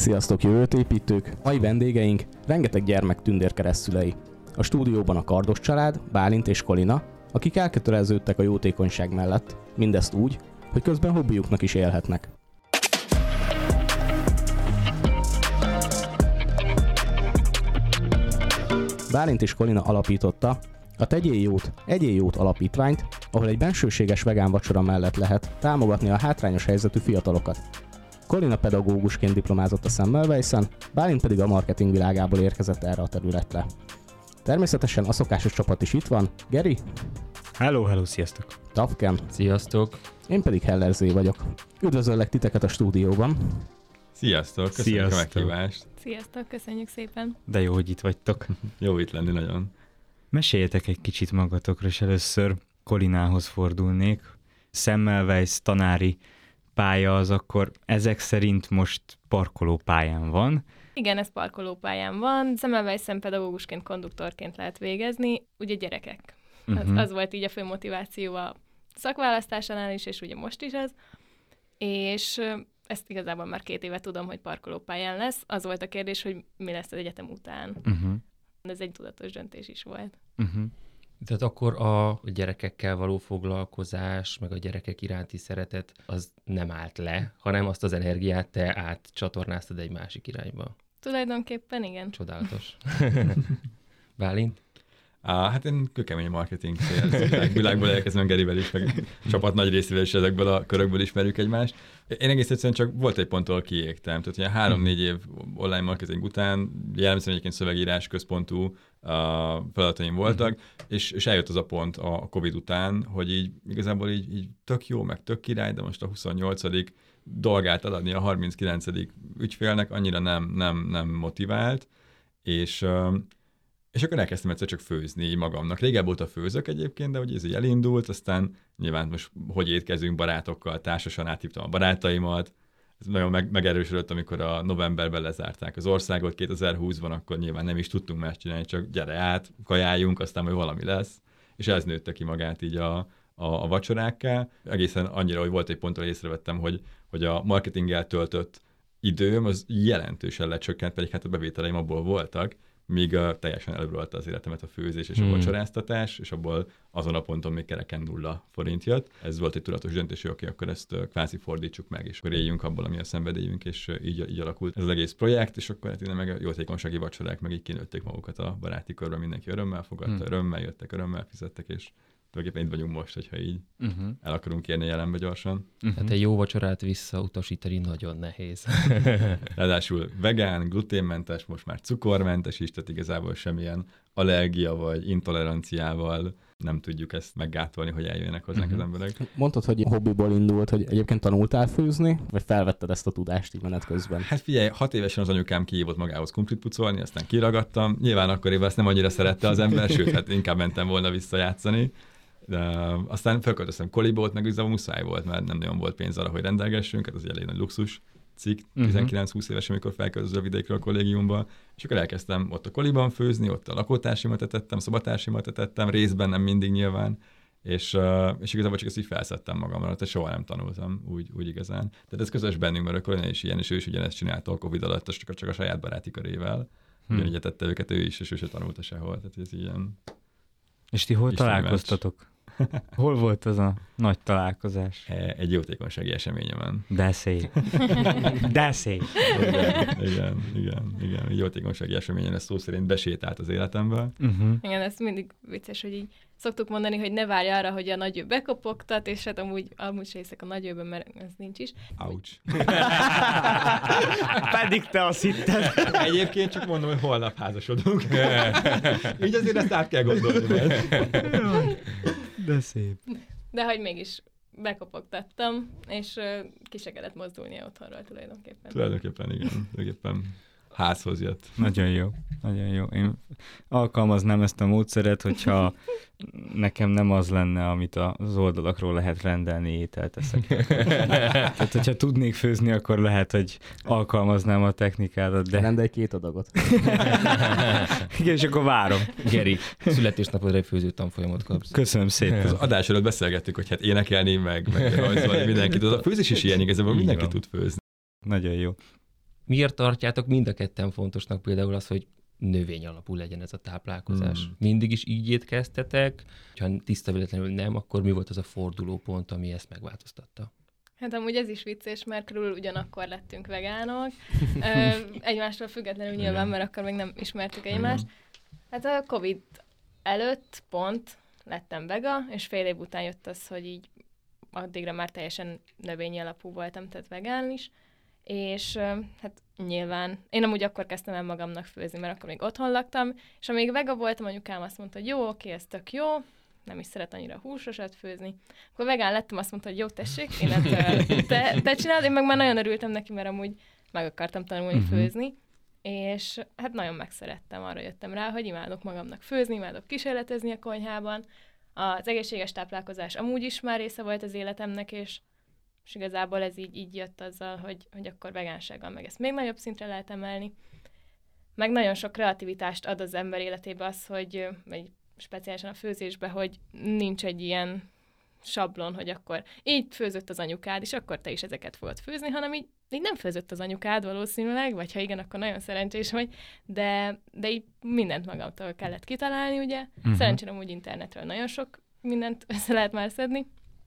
Sziasztok, jövőtépítők! Mai vendégeink rengeteg gyermek tündérkeresztszülei. A stúdióban a Kardos család, Bálint és Kolina, akik elköteleződtek a jótékonyság mellett, mindezt úgy, hogy közben hobbiuknak is élhetnek. Bálint és Kolina alapította a Egyél jót alapítványt, ahol egy bensőséges vegán vacsora mellett lehet támogatni a hátrányos helyzetű fiatalokat. Kolina pedagógusként diplomázott a Semmelweisen, Bálint pedig a marketing világából érkezett erre a területre. Természetesen a szokásos csapat is itt van, Geri. Hello, sziasztok. Tapken. Sziasztok. Én pedig Heller Zé vagyok. Üdvözöllek titeket a stúdióban. Sziasztok, köszönjük a meghívást. Sziasztok, köszönjük szépen. De jó, hogy itt vagytok. Jó itt lenni nagyon. Meséljetek egy kicsit magatokra, és először Kolinához fordulnék. Semmelweis tanári pálya az akkor ezek szerint most parkolópályán van. Igen, ez parkolópályán van. Semmelweisen pedagógusként, konduktorként lehet végezni, ugye gyerekek. Az volt így a fő motiváció a szakválasztásánál is, és ugye most is ez. És ezt igazából már 2 éve tudom, hogy parkolópályán lesz. Az volt a kérdés, hogy mi lesz az egyetem után. Ez egy tudatos döntés is volt. Tehát akkor a gyerekekkel való foglalkozás, meg a gyerekek iránti szeretet, az nem állt le, hanem azt az energiát te átcsatornáztad egy másik irányba. Tulajdonképpen igen. Csodálatos. Bálint? Hát én kőkemény marketing világból érkezem Gerivel is, meg a csapat nagy részével is ezekből a körökből ismerjük egymást. Én egész egyszerűen csak volt egy ponttól kiégtem. Tehát ilyen 3-4 év online marketing után jellemzően egyébként szövegírás központú feladataim voltak, és eljött az a pont a Covid után, hogy így igazából így tök jó, meg tök király, de most a 28. dolgát adni a 39. ügyfélnek annyira nem motivált, és akkor elkezdtem egyszer csak főzni magamnak. Régebb óta főzök egyébként, de hogy ez így elindult, aztán nyilván most hogy étkezünk barátokkal, társasan áthívtam a barátaimat. Ez nagyon megerősödött, amikor a novemberben lezárták az országot 2020-ban, akkor nyilván nem is tudtunk más csinálni, csak gyere át, kajáljunk, aztán majd valami lesz. És ez nőtte ki magát így a vacsorákká. Egészen annyira, hogy volt egy ponton, hogy észrevettem, hogy a marketinggel töltött időm az jelentősen lecsökkent, pedig hát a bevételeim abból voltak, míg teljesen előrölte az életemet a főzés és a vacsoráztatás, és abból azon a ponton még kereken 0 forint jött. Ez volt egy tudatos döntés, hogy oké, akkor ezt kvázi fordítsuk meg, és akkor éljünk abból, ami a szenvedélyünk, és így alakult ez az egész projekt, és akkor hát innen meg a jótékonysági vacsorák meg így kinőtték magukat a baráti körben, mindenki örömmel fogadta, örömmel jöttek, örömmel fizettek, és tulajdonképpen itt vagyunk most, hogyha így el akarunk érni jelenbe gyorsan. Hát egy jó vacsorát visszautasítani nagyon nehéz. Ráadásul vegán, gluténmentes, most már cukormentes is, tehát igazából semmilyen allergia vagy intoleranciával nem tudjuk ezt meggátolni, hogy eljöjjenek hozzánk az emberek. Mondtad, hogy hobbiból indult, hogy egyébként tanultál főzni, vagy felvetted ezt a tudást így menet közben? Hát figyelj, 6 évesen az anyukám kihívott magához krumplit pucolni, aztán kiragadtam. Nyilván akkoriban ezt nem annyira szerette az ember, sőt, hát inkább mentem volna visszajátszani. De aztán felköltöztem kolibót, meg igazából muszáj volt, mert nem nagyon volt pénz arra, hogy rendelgessünk, hát az egy elég nagy luxus cikk, 19-20 évesen, amikor felköltözöm a vidékről a kollégiumba, és akkor elkezdtem ott a koliban főzni, ott a lakótársimat etettem, szobatársimat etettem, részben nem mindig nyilván, és igazából csak ezt így felszettem magamra, tehát soha nem tanultam úgy igazán. Tehát ez közös bennünk, mert a Kolina is ilyen, és ő is ugyanezt csinálta a Covid alatt, csak a saját baráti körével. Ugyanígy etette őket ő is, és ő se tanulta sehol, tehát ez ilyen. És ti hol találkoztatok? Hol volt az a nagy találkozás? Egy jótékonysági eseményemen. De szép. De szép. Igen. Egy jótékonysági eseményen ez szó szerint besétált az életembe. Igen, ez mindig vicces, hogy így szoktuk mondani, hogy ne várj arra, hogy a nagyő bekopogtat, és hát amúgy se hiszek a nagyőben, mert ez nincs is. Ouch. Pedig te azt hitted. Egyébként csak mondom, hogy holnap házasodunk. Így azért ezt át kell gondolni. De szép. De hogy mégis bekopogtattam, és ki se kellett mozdulnia otthonról tulajdonképpen. Tulajdonképpen házhoz jött. Nagyon jó. Én alkalmaznám ezt a módszeret, hogyha nekem nem az lenne, amit az oldalakról lehet rendelni, ételt eszek. Tehát, hogyha tudnék főzni, akkor lehet, hogy alkalmaznám a technikádat, de... Rendelj 2 adagot. Igen, és akkor várom. Geri, születésnapodra egy főző tanfolyamot kapsz. Köszönöm szépen. Az adás előtt beszélgettük, hogy hát énekelni, meg rajzolni, mindenki tud. A főzés is ilyen igazából, mindenki tud főzni. Nagyon jó. Miért tartjátok mind a ketten fontosnak például az, hogy növény alapú legyen ez a táplálkozás? Mindig is így étkeztetek? Ha tiszta véletlenül nem, akkor mi volt az a fordulópont, ami ezt megváltoztatta? Hát amúgy ez is vicces, mert körül ugyanakkor lettünk vegánok. Egymástól függetlenül nyilván, mert akkor még nem ismertük egymást. Hát a Covid előtt pont lettem vega, és fél év után jött az, hogy így addigra már teljesen növényi alapú voltam, tehát vegán is. És hát nyilván, én amúgy akkor kezdtem el magamnak főzni, mert akkor még otthon laktam, és amíg vega voltam, anyukám azt mondta, hogy jó, oké, ez tök jó, nem is szeret annyira húsosat főzni. Akkor vegán lettem, azt mondta, hogy jó, tessék, innentől te csináld, én meg már nagyon örültem neki, mert amúgy meg akartam tanulni főzni, és hát nagyon megszerettem, arra jöttem rá, hogy imádok magamnak főzni, imádok kísérletezni a konyhában. Az egészséges táplálkozás amúgy is már része volt az életemnek, és igazából ez így jött azzal, hogy akkor vegánsággal meg ezt még nagyobb szintre lehet emelni. Meg nagyon sok kreativitást ad az ember életébe az, hogy vagy speciálisan a főzésbe, hogy nincs egy ilyen sablon, hogy akkor így főzött az anyukád, és akkor te is ezeket fogod főzni, hanem így nem főzött az anyukád valószínűleg, vagy ha igen, akkor nagyon szerencsés vagy, de így mindent magamtól kellett kitalálni, ugye. Szerencsére úgy internetről nagyon sok mindent össze lehet már szedni,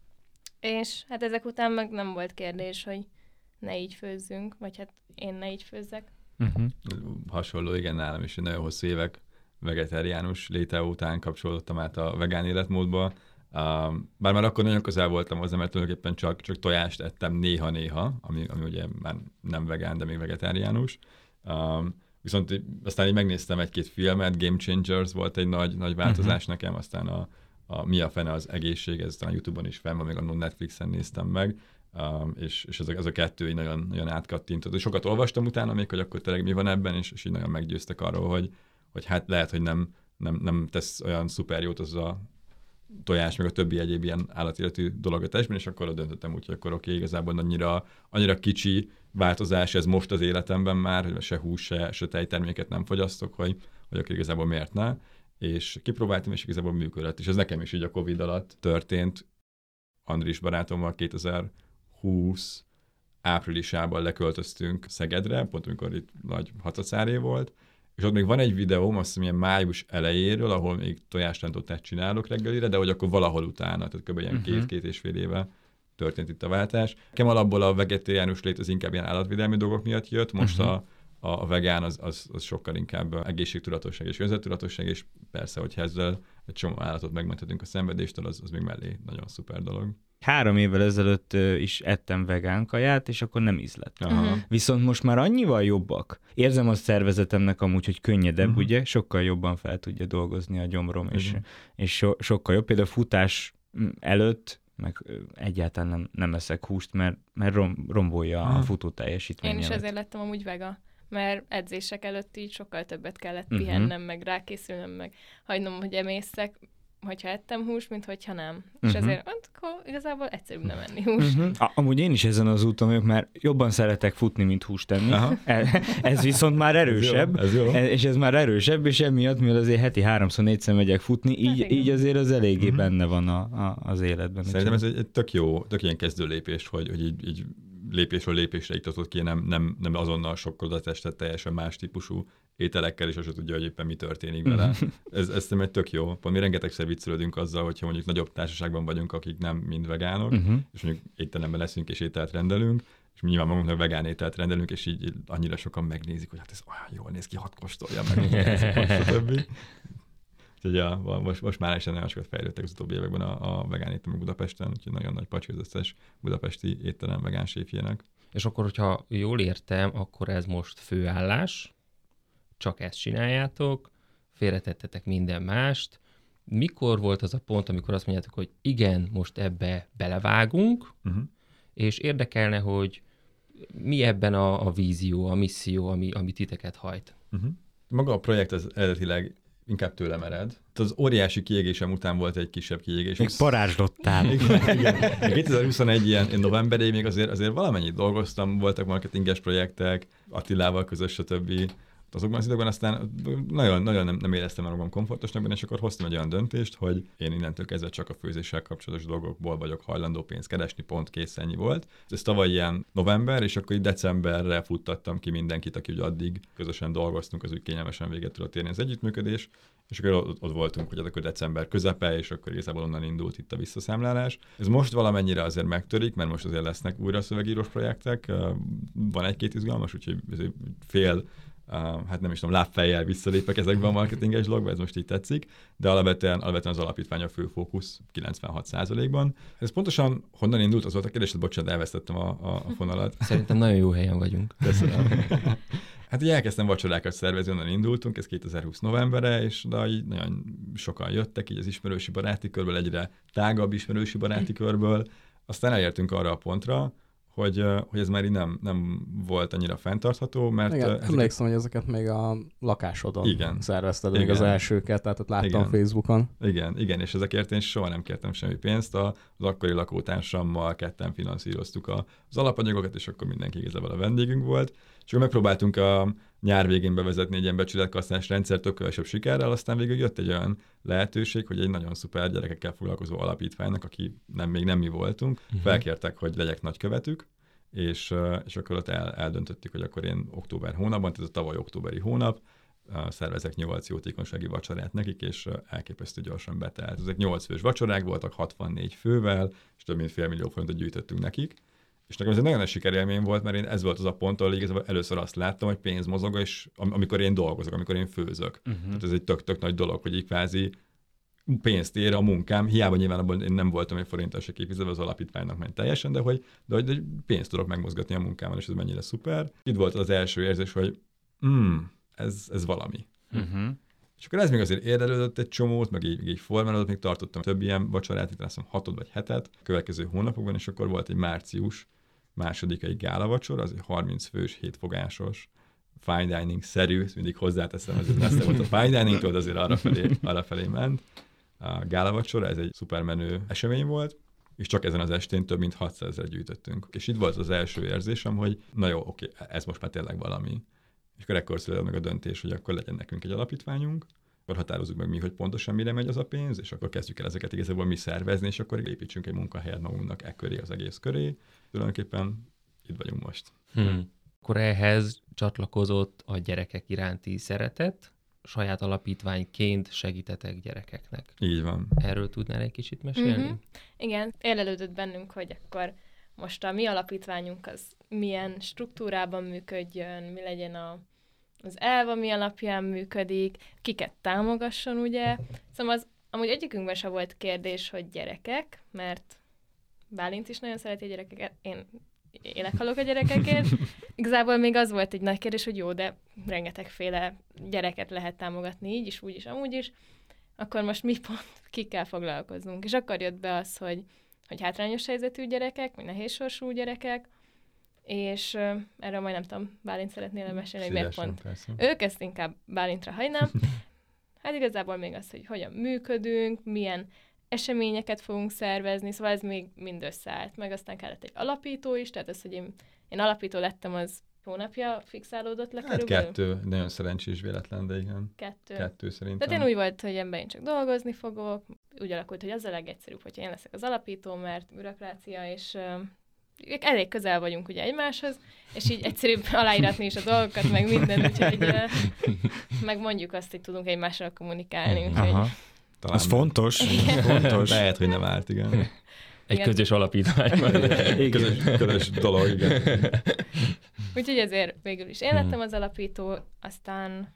és hát ezek után meg nem volt kérdés, hogy ne így főzzünk, vagy hát én ne így főzzek. Hasonló, igen, nálam is nagyon hosszú évek vegetáriánus léte után kapcsolódtam át a vegán életmódba. Bár már akkor nagyon közel voltam hozzá, mert tulajdonképpen csak tojást ettem néha-néha, ami ugye már nem vegán, de még vegetáriánus. Viszont aztán így megnéztem egy-két filmet, Game Changers volt egy nagy változás nekem, aztán a Mi a fene az egészség, ez talán YouTube-on is fenn van, még a Netflixen néztem meg, és ez a kettő így nagyon, nagyon átkattintott. Sokat olvastam utána még, hogy akkor tényleg mi van ebben, és így nagyon meggyőztek arról, hogy hát lehet, hogy nem tesz olyan szuper jót az a tojás, meg a többi egyéb ilyen állatéletű dolog a testben, és akkor döntöttem úgy, hogy akkor oké, igazából annyira kicsi változás ez most az életemben már, hogy se hús, se tejterméket nem fogyasztok, hogy akkor igazából miért ne. És kipróbáltam, és igazából működött. És ez nekem is így a Covid alatt történt. Andris barátommal 2020 áprilisában leköltöztünk Szegedre, pont amikor itt nagy hatacáré volt, és ott még van egy videóm, azt hiszem ilyen május elejéről, ahol még tojástántot csinálok reggelire, de hogy akkor valahol utána, tehát kb. Ilyen két és fél éve történt itt a váltás. Nekem alapból a vegetáriánus lét az inkább ilyen állatvédelmi dolgok miatt jött, most a vegán az sokkal inkább egészségtudatosság és környezettudatosság, és persze, hogyha ezzel egy csomó állatot megmenthetünk a szenvedéstől, az még mellé nagyon szuper dolog. 3 évvel ezelőtt is ettem vegán kaját, és akkor nem ízlett. Viszont most már annyival jobbak. Érzem a szervezetemnek amúgy, hogy könnyedebb, ugye? Sokkal jobban fel tudja dolgozni a gyomrom, és sokkal jobb. Például futás előtt meg egyáltalán nem eszek húst, mert rombolja a futó teljesítményemet. Én is ezért lettem amúgy vega, mert edzések előtt így sokkal többet kellett pihennem, meg rákészülnöm, meg hagynom, hogy emészszek, hogyha ettem húst, mint hogyha nem. És ezért akkor igazából egyszerűbb nem enni húst. Amúgy én is ezen az úton vagyok, mert jobban szeretek futni, mint húst tenni. Ez viszont már erősebb, ez jó. És ez már erősebb, és emiatt, mivel azért heti 3-4-szer megyek futni, így azért az eléggé benne van az életben. Szerintem ez egy tök ilyen kezdő lépés, hogy így lépésről lépésre iktatod ki, nem azonnal sokkolod a testet teljesen más típusú ételekkel, és azt tudja, hogy éppen mi történik vele. Ez szerintem egy tök jó. Pont mi rengetegszer viccelődünk azzal, hogyha mondjuk nagyobb társaságban vagyunk, akik nem mind vegánok, és mondjuk étteremben leszünk és ételt rendelünk, és mi nyilván magunknak vegán ételt rendelünk, és így annyira sokan megnézik, hogy hát ez olyan jól néz ki, hadd kóstolja meg, stb. Úgyhogy most már is nagyon sokat fejlődtek az utóbbi években a vegán éttermek Budapesten, úgyhogy nagyon nagy pacsi az összes budapesti étterem vegán séfjének. És akkor, hogyha jól értem, akkor ez most főállás, csak ezt csináljátok, félretettetek minden mást. Mikor volt az a pont, amikor azt mondjátok, hogy igen, most ebbe belevágunk, és érdekelne, hogy mi ebben a vízió, a misszió, ami titeket hajt? Maga a projekt az eredetileg inkább tőlem ered. Az óriási kiégésem után volt egy kisebb kiégés. Még parázslottál. Igen. 2021 ilyen novemberéig még azért valamennyit dolgoztam, voltak marketinges projektek, Attilával közös, stb. azokban az időkben aztán nagyon nem éreztem magam komfortosnak benne, és akkor hoztam egy olyan döntést, hogy én innentől kezdve csak a főzéssel kapcsolatos dolgokból vagyok hajlandó pénzt keresni, pont kész, ennyi volt. Ez tavaly ilyen november, és akkor így decemberre futtattam ki mindenkit, aki ugye addig közösen dolgoztunk, az úgy kényelmesen véget tudott érni az együttműködés, és akkor ott voltunk, hogy akkor december közepe, és akkor igazából onnan indult itt a visszaszámlálás. Ez most valamennyire azért megtörik, mert most azért lesznek újra szövegírós projektek, van egy-két izgalmas, úgyhogy fél hát nem is tudom, lábfejjel visszalépek ezekben a marketinges dolgokba, ez most így tetszik, de alapvetően az alapítvány a fő fókusz 96%-ban. Ez pontosan honnan indult, az volt a kérdés, bocsánat, elvesztettem a fonalat. Szerintem nagyon jó helyen vagyunk. Köszönöm. Hát így elkezdtem vacsorákat szervezni, onnan indultunk, ez 2020 novembere, és de így nagyon sokan jöttek, így az ismerősi baráti körből, egyre tágabb ismerősi baráti körből. Aztán elértünk arra a pontra, hogy ez már így nem volt annyira fenntartható, mert... Igen, emlékszem, hogy ezeket még a lakásodon szervezted még az elsőket, tehát ott láttam Facebookon. Igen, és ezekért én soha nem kértem semmi pénzt, az akkori lakótársammal ketten finanszíroztuk az alapanyagokat, és akkor mindenki igazából a vendégünk volt, és akkor megpróbáltunk a nyár végén bevezetni egy ilyen becsületkasszás rendszert, tök kevesebb sikerrel, aztán végül jött egy olyan lehetőség, hogy egy nagyon szuper gyerekekkel foglalkozó alapítványnak, aki még nem mi voltunk, felkértek, hogy legyek nagykövetük, és akkor ott eldöntöttük, hogy akkor én október hónapban, tehát a tavaly októberi hónap, szervezek 8 jótékonysági vacsorát nekik, és elképesztő gyorsan betelt. Ezek 8 fős vacsorák voltak, 64 fővel, és több mint $500 000 gyűjtöttünk nekik. És nekem ez egy nagyon nagy sikerélmény volt, mert ez volt az a pont, ahol igazából először azt láttam, hogy pénz mozog, és amikor én dolgozok, amikor én főzök. Tehát ez egy tök nagy dolog, hogy így kvázi pénzt ér a munkám, hiába nyilván abban én nem voltam egy forinttal se kifizetve az alapítványnak ment teljesen, de hogy pénzt tudok megmozgatni a munkámmal, és ez mennyire szuper. Itt volt az első érzés, hogy ez valami. És akkor ez még azért érdelődött egy csomót, meg így formálódott, még tartottam több ilyen vacsorát, itt azt hiszem 6 vagy 7 a következő hónapokban, és akkor volt egy március egy gálavacsor, az egy 30 fős, 7 fogásos, fine dining-szerű, mindig hozzáteszem, ez messze volt a fine dining-tól, azért arra felé ment. A gálavacsora, ez egy szupermenő esemény volt, és csak ezen az estén több mint 600 000 gyűjtöttünk. És itt volt az első érzésem, hogy na jó, oké, ez most már tényleg valami. És akkor ekkor született meg a döntés, hogy akkor legyen nekünk egy alapítványunk, akkor határozzuk meg mi, hogy pontosan mire megy az a pénz, és akkor kezdjük el ezeket igazából mi szervezni, és akkor építsünk egy munkahelyet magunknak köré, az egész köré. Tulajdonképpen itt vagyunk most. Akkor ehhez csatlakozott a gyerekek iránti szeretet, saját alapítványként segítetek gyerekeknek. Így van. Erről tudnál egy kicsit mesélni? Igen, érlelődött bennünk, hogy akkor most a mi alapítványunk az milyen struktúrában működjön, mi legyen az elv, ami alapján működik, kiket támogasson, ugye. Szóval amúgy egyikünkben sem volt kérdés, hogy gyerekek, mert Bálint is nagyon szereti a gyerekeket, én élek-halok a gyerekekért. Igazából még az volt egy nagy kérdés, hogy jó, de rengetegféle gyereket lehet támogatni így is, úgy is, amúgy is. Akkor most mi pont kikkel foglalkoznunk. És akkor jött be az, hogy hátrányos helyzetű gyerekek, vagy nehézsorsú gyerekek, és erről majd nem tudom, Bálint szeretnél mesélni, hogy miért pont. Persze. Ők ezt inkább Bálintra hagynám. Hát igazából még az, hogy hogyan működünk, milyen eseményeket fogunk szervezni, szóval ez még mind összeállt. Meg aztán kellett egy alapító is, tehát az, hogy én alapító lettem, az hónapja fixálódott le körülbelül. 2, nagyon szerencsés véletlen, de igen. 2 szerintem. Tehát én úgy volt, hogy ebben én csak dolgozni fogok. Úgy alakult, hogy az a legegyszerűbb, hogyha én leszek az alapító, mert bürokrácia, és elég közel vagyunk ugye egymáshoz, és így egyszerűbb aláíratni is a dolgokat, meg minden, úgyhogy meg mondjuk azt, hogy tudunk egymással kommunikálni. Úgyhogy... Az fontos. Fontos. Lehet, hogy nem árt, igen. Egy közös alapítvány. Közös dolog, igen. Úgyhogy ezért végül is én lettem az alapító, aztán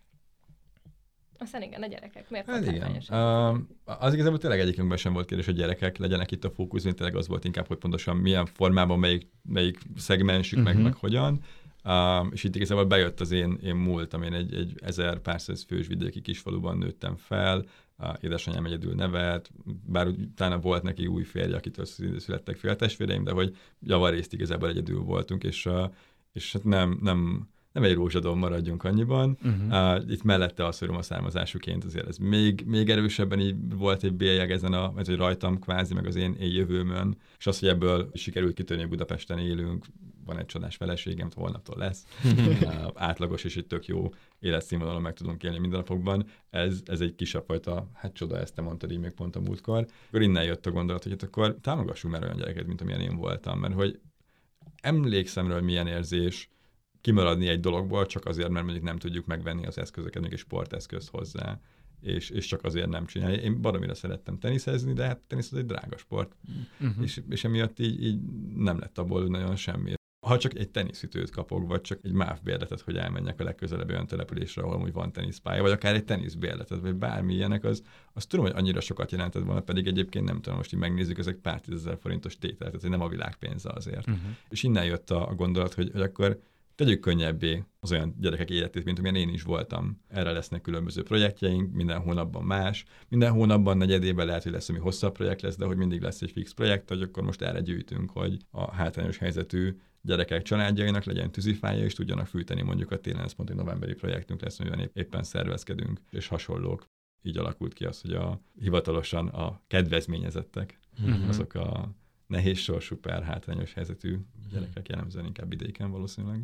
igen, a gyerekek. Miért hát igen. Az igazából tényleg egyikünkben sem volt kérdés, hogy gyerekek legyenek itt a fókusz, mint tényleg az volt inkább, hogy pontosan milyen formában, melyik szegmensük, meg hogyan. És itt igazából bejött az én múltam, én egy 1000 pár száz fős vidéki kisfaluban nőttem fel, édesanyám egyedül nevelt, bár utána volt neki új férje, akitől születtek féltestvéreim, de hogy javarészt igazából egyedül voltunk, és hát nem egy rózsadon maradjunk annyiban. Itt mellette az, hogy roma származásuként azért ez még erősebben így volt egy bélyeg ezen hogy rajtam kvázi, meg az én jövőmön, és az, hogy ebből sikerült kitörni, hogy Budapesten élünk, van egy csodás feleségem, holnaptól lesz. Átlagos és egy tök jó életszínvonalon meg tudunk élni mindennapokban. Ez egy kisebb fajta, hát csoda, ezt te mondtad így még pont a múltkor. Akkor innen jött a gondolat, hogy hát akkor támogassunk már olyan gyereket, mint amilyen én voltam, mert hogy emlékszem rá, hogy milyen érzés kimaradni egy dologból, csak azért, mert mondjuk nem tudjuk megvenni az eszközöket, mondjuk egy sporteszközt hozzá, és csak azért nem csinálni. Én baromira szerettem teniszezni, de hát tenisz az egy drága sport, és emiatt így nem lett abból nagyon semmi. Ha csak egy teniszütőt kapok, vagy csak egy MÁV bérletet, hogy elmenjek a legközelebbi olyan településre, ahol úgy van teniszpálya, vagy akár egy teniszbérletet, vagy bármi ilyenek, az tudom, hogy annyira sokat jelentett volna, pedig egyébként nem tudom, most így megnézzük, ezek pár 10 000 forintos tétel, tehát nem a világ pénze azért. És innen jött a gondolat, hogy akkor tegyük könnyebbé az olyan gyerekek életét, mint amilyen én is voltam. Erre lesznek különböző projektjeink, minden hónapban más. Minden hónapban negyedében lehet, hogy lesz, ami hosszabb projekt lesz, de hogy mindig lesz egy fix projekt, hogy akkor most erre gyűjtünk, hogy a hátrányos helyzetű gyerekek családjainak legyen tűzifája, és tudjanak fűteni mondjuk a télen, ez pont egy novemberi projektünk lesz, amiben éppen szervezkedünk, és hasonlók. Így alakult ki az, hogy hivatalosan a kedvezményezettek, azok a nehéz sorsú per hátrányos helyzetű gyerekek, jellemzően inkább vidéken valószínűleg.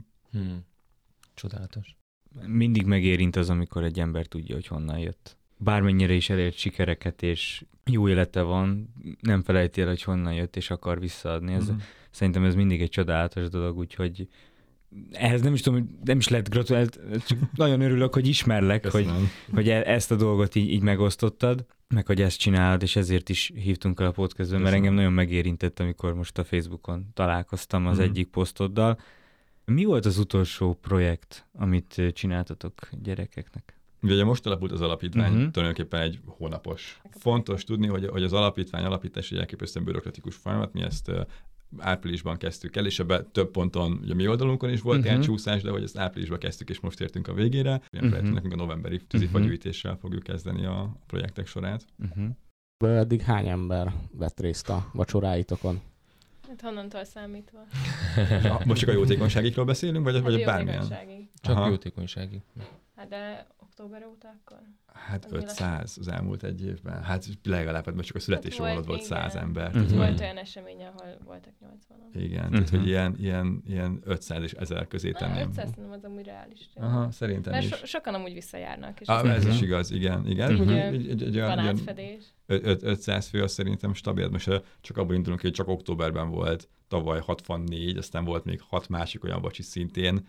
Csodálatos. Mindig megérint az, amikor egy ember tudja, hogy honnan jött. Bármennyire is elért sikereket, és jó élete van, nem felejti el, hogy honnan jött, és akar visszaadni. Szerintem ez mindig egy csodálatos dolog, úgyhogy ehhez nem is tudom, nem is lehet gratulálni, csak nagyon örülök, hogy ismerlek, hogy ezt a dolgot így megosztottad, meg hogy ezt csinálod, és ezért is hívtunk el a podcastben, mert engem nagyon megérintett, amikor most a Facebookon találkoztam az egyik posztoddal. Mi volt az utolsó projekt, amit csináltatok gyerekeknek? Ugye most alapult az alapítvány, tulajdonképpen egy hónapos. Fontos tudni, hogy az alapítvány alapítása egy elképesztően bürokratikus folyamat, mi ezt áprilisban kezdtük el, és ebben több ponton, ugye mi oldalunkon is volt ilyen csúszás, de hogy ezt áprilisban kezdtük, és most értünk a végére. Nekünk a novemberi tűzifagyűjtéssel fogjuk kezdeni a projektek sorát. Eddig hány ember vett részt a vacsoráitokon? Hát honnantól számítva? Most csak a jótékonyságikról beszélünk, vagy bármilyen? Csak jótékonysági. Hát de október óta akkor? Hát 500 az elmúlt egy évben. Hát legalább, mert csak a születésrólad volt 100 ember. Volt olyan esemény, ahol voltak 80-an. Igen, tehát hogy ilyen 500 és 1000 közé tenném. 500 nem az amúgy reális. Aha, szerintem mert is. Sokan amúgy visszajárnak. És ez is igaz, igen. Van átfedés. 500 fő, az szerintem stabil. Most csak abból indulunk, hogy csak októberben volt tavaly 64, aztán volt még 6 másik olyan vacsi szintén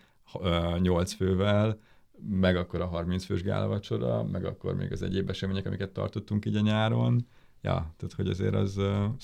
8 fővel, meg akkor a 30 fős gálavacsora, meg akkor még az egyéb események, amiket tartottunk így a nyáron. Ja, tehát hogy azért az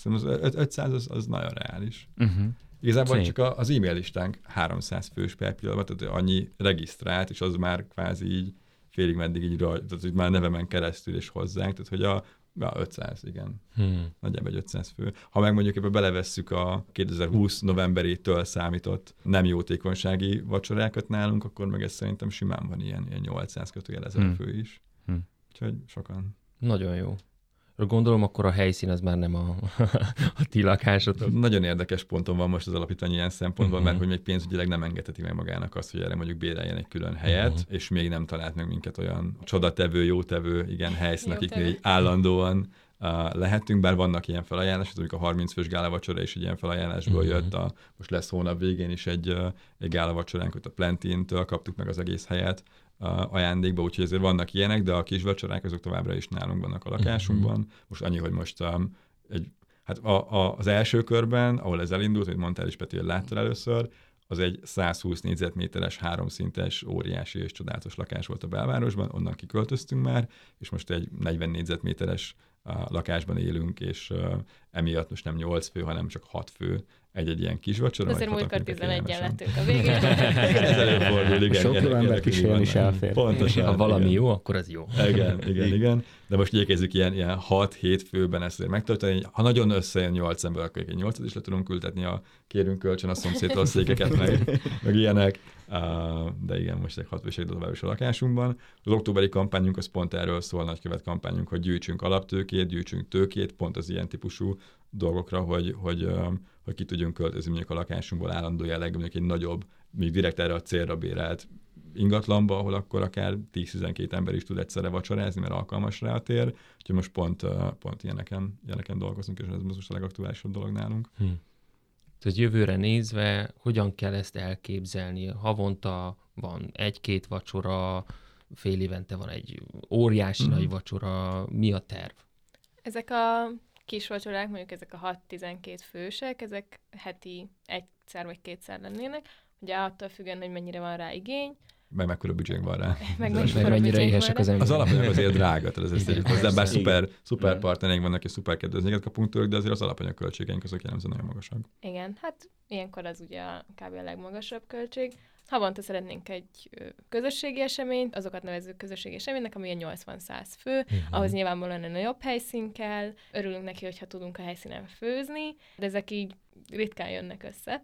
500 az nagyon reális. Igazából csak az e-mail listánk 300 fős per pillanat, tehát annyi regisztrált, és az már kvázi így félig meddig így tehát hogy már nevemen keresztül és hozzánk, tehát hogy 500, igen. Nagyjából 500 fő. Ha meg mondjuk ebbe belevesszük a 2020 novemberétől számított nem jótékonysági vacsorákat nálunk, akkor meg ez szerintem simán van ilyen 800 kötőjelezer fő is. Úgyhogy sokan. Nagyon jó. Gondolom, akkor a helyszín az már nem a ti lakásotok. Nagyon érdekes ponton van most az alapítvány ilyen szempontból, mert hogy még pénzügyileg nem engedheti meg magának azt, hogy erre mondjuk béreljen egy külön helyet, és még nem talált meg minket olyan csodatevő, jótevő, igen, akiknél így állandóan lehetünk, bár vannak ilyen felajánlások, mondjuk a 30 fős gálavacsora is egy ilyen felajánlásból jött, most lesz hónap végén is egy gálavacsodánk, ott a Plantintől kaptuk meg az egész helyet ajándékba, úgyhogy ezért vannak ilyenek, de a kis vacsorák azok továbbra is nálunk vannak a lakásunkban. Most annyi, hogy most az első körben, ahol ez elindult, hogy mondtál is, Peti, hogy láttál először, az egy 120 négyzetméteres, 3 szintes, óriási és csodálatos lakás volt a belvárosban, onnan kiköltöztünk már, és most egy 40 négyzetméteres lakásban élünk, és emiatt most nem 8 fő, hanem csak 6 fő egy ilyen kis vacsora. Azért múltkor 11-en lettünk a végén. Ez előfordul, igen. Sok ember kísérni is elfér. Pontosan. Ha valami jó, akkor az jó. Igen. De most igyekezzük ilyen 6-7 főben ezt azért megtartani. Ha nagyon összejön 8 ember, akkor egy 8-at is le tudunk ültetni, kérünk kölcsön a szomszédtól székeket, meg ilyenek. De igen, most egy 6 főség tovább is a lakásunkban. Az októberi kampányunk az pont erről szól, nagykövet kampányunk, hogy gyűjtsünk alaptőkét, gyűjtsünk tőkét, pont az ilyen típusú dolgokra, hogy ki tudjunk költözni mondjuk a lakásunkból állandó jelleggel, mondjuk egy nagyobb, még direkt erre a célra bérelt ingatlanba, ahol akkor akár 10-12 ember is tud egyszerre vacsorázni, mert alkalmas rá a tér. Úgyhogy most pont ilyeneken dolgozunk, és ez most a legaktuálisabb dolog nálunk. Tehát jövőre nézve, hogyan kell ezt elképzelni? Havonta van 1-2 vacsora, fél évente van egy óriási nagy vacsora. Mi a terv? Ezek a kis vacsorák, mondjuk ezek a 6-12 fősek, ezek heti 1 vagy 2 lennének. Ugye attól függően, hogy mennyire van rá igény. Meg mekkora büdzsénk van rá. Meg mennyire éhesek az emberek. Az alapanyag azért drága, tehát ezt tegyük hozzá, bár szuper partnereink vannak, és szuper kedvezményeket kapunk tőlük, de azért az alapanyag költségeink azok jellemzően nagyon magasak. Igen, hát ilyenkor az ugye kb. A legmagasabb költség. Havonta szeretnénk egy közösségi eseményt, azokat nevezzük közösségi eseménynek, ami ilyen 80-100 fő, ahhoz nyilvánvalóan egy nagyobb helyszín kell, örülünk neki, hogyha tudunk a helyszínen főzni, de ezek így ritkán jönnek össze.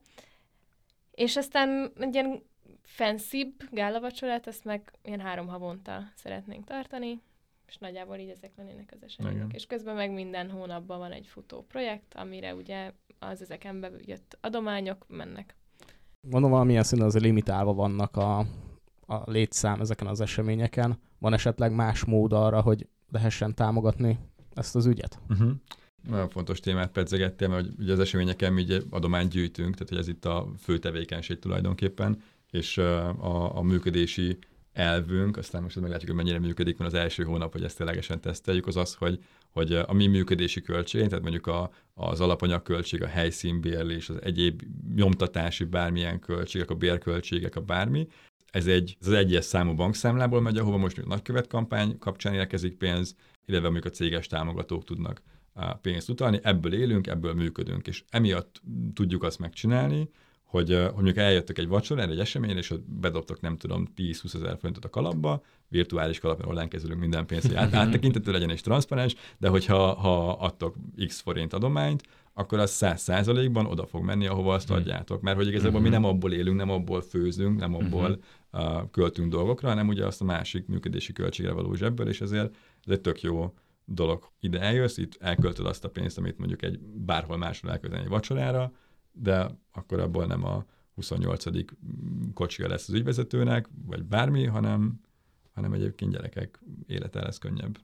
És aztán egy ilyen fancybb gálavacsorát, azt meg ilyen 3 havonta szeretnénk tartani, és nagyjából így ezek lennének az események. Igen. És közben meg minden hónapban van egy futó projekt, amire ugye az ezeken belül jött adományok mennek. Mondom, valamilyen szinten azért limitálva vannak a létszám ezeken az eseményeken. Van esetleg más mód arra, hogy lehessen támogatni ezt az ügyet? Nagyon fontos témát pedzegettél, mert ugye az eseményeken mi ugye adományt gyűjtünk, tehát hogy ez itt a fő tevékenység tulajdonképpen, és a működési elvünk, aztán most meglátjuk, hogy mennyire működik, mert az első hónap, hogy ezt ténylegesen teszteljük, az az, hogy a mi működési költség, tehát mondjuk az alapanyagköltség, a helyszínbérlés, az egyéb nyomtatási bármilyen költségek, a bérköltségek, a bármi, ez az egyes számú bankszámlából megy, ahova most a nagykövet kampány kapcsán érkezik pénz, illetve amikor a céges támogatók tudnak pénzt utalni, ebből élünk, ebből működünk, és emiatt tudjuk azt megcsinálni, hogy mondjuk eljöttök egy vacsorára, egy eseményre, és ott bedobtok, nem tudom, 10-20 ezer forintot a kalapba, virtuális kalap, mert online kezelünk minden pénzt, hogy áttekintető legyen és transzparens, de hogyha adtok x forint adományt, akkor az 100%-ban oda fog menni, ahova azt adjátok. Mert hogy igazából mi nem abból élünk, nem abból főzünk, nem abból költünk dolgokra, hanem ugye azt a másik működési költségre való zsebből, és ezért ez egy tök jó dolog. Ide eljössz, itt elköltöd azt a pénzt, amit mondjuk bárhol máshol elkölteni egy vacsorára, de akkor abból nem a 28. kocsija lesz az ügyvezetőnek, vagy bármi, hanem egyébként gyerekek élete lesz könnyebb.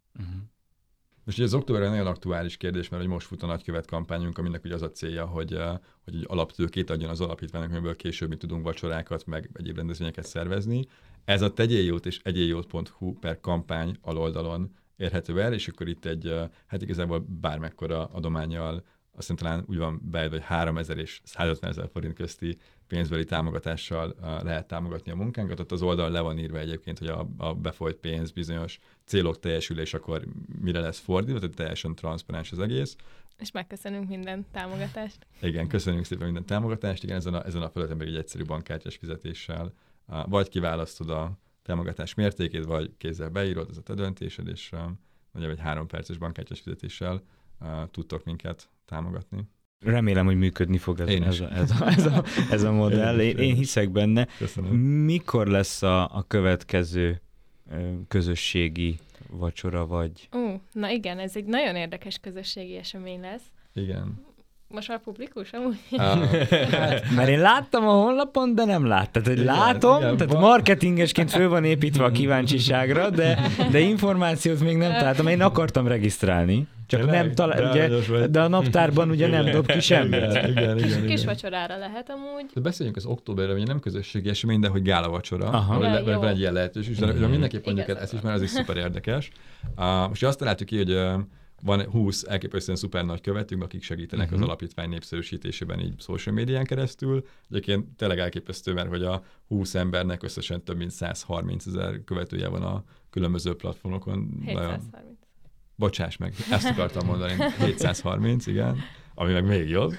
Most ugye az októberben nagyon aktuális kérdés, mert hogy most fut a nagykövet kampányunk, aminek ugye az a célja, hogy egy alaptőkét adjon az alapítványnak, amiből később mi tudunk vacsorákat, meg egyéb rendezvényeket szervezni. Ez a tegyéljót és egyéljót.hu/kampány aloldalon érhető el, és akkor itt hát igazából bármekkora adománnyal, azt hiszem talán úgy van beállítva, hogy 3000 és 150 000 forint közti pénzbeli támogatással lehet támogatni a munkánkat. Ott az oldalon le van írva egyébként, hogy a befolyt pénz bizonyos célok teljesülés, akkor mire lesz fordítva, tehát teljesen transzparens az egész. És megköszönünk minden támogatást. Igen, köszönjük szépen minden támogatást. Igen, ezen a felületen pedig egy egyszerű bankkártyás fizetéssel vagy kiválasztod a támogatás mértékét, vagy kézzel beírod, ez a te döntésed, és nagyjából egy 3 perces bankkártyás fizetéssel tudtok minket támogatni. Remélem, hogy működni fog ez a modell. Én hiszek benne. Köszönöm. Mikor lesz a következő közösségi vacsora, vagy? Na igen, ez egy nagyon érdekes közösségi esemény lesz. Igen. Most már publikus amúgy? Mert én láttam a honlapon, de nem láttad, hogy látom, igen, tehát marketingesként föl van építve a kíváncsiságra, de információt még nem találtam, én akartam regisztrálni, csak nem találtam, de a naptárban ugye nem dob ki semmit. Igen. Kis vacsorára lehet amúgy. De beszéljünk az októberre, ugye nem közösségi esemény, de hogy gála vacsora, ahol van egy ilyen lehetőség, de mindenképp mondjuk ezt is, mert az is szuper érdekes. Most azt találtuk ki, hogy van 20 elképesztően szuper nagy követünk, akik segítenek az alapítvány népszerűsítésében így social médián keresztül. Egyébként tényleg elképesztő, mert hogy a 20 embernek összesen több mint 130 000 követője van a különböző platformokon. 730. Bocsáss meg, ezt akartam mondani, 730, igen, ami meg még jobb.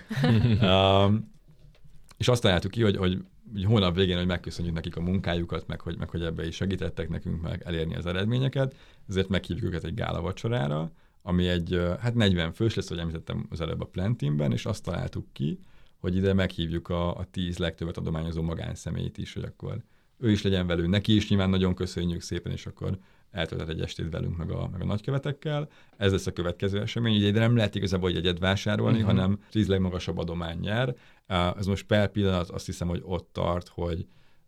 És azt találtuk ki, hogy hónap végén, hogy megköszönjük nekik a munkájukat, meg hogy ebbe is segítettek nekünk meg elérni az eredményeket, ezért meghívjuk őket egy gála vacsorára, ami egy 40 fős lesz, hogy említettem az előbb a Planteamben, és azt találtuk ki, hogy ide meghívjuk a 10 legtöbbet adományozó magánszemélyt is, hogy akkor ő is legyen velünk, neki is nyilván nagyon köszönjük szépen, és akkor eltölthet egy estét velünk, meg a nagykövetekkel. Ez lesz a következő esemény. Ugye nem lehet igazából jegyet vásárolni, hanem 10 legmagasabb adomány nyer. Ez most per pillanat azt hiszem, hogy ott tart, hogy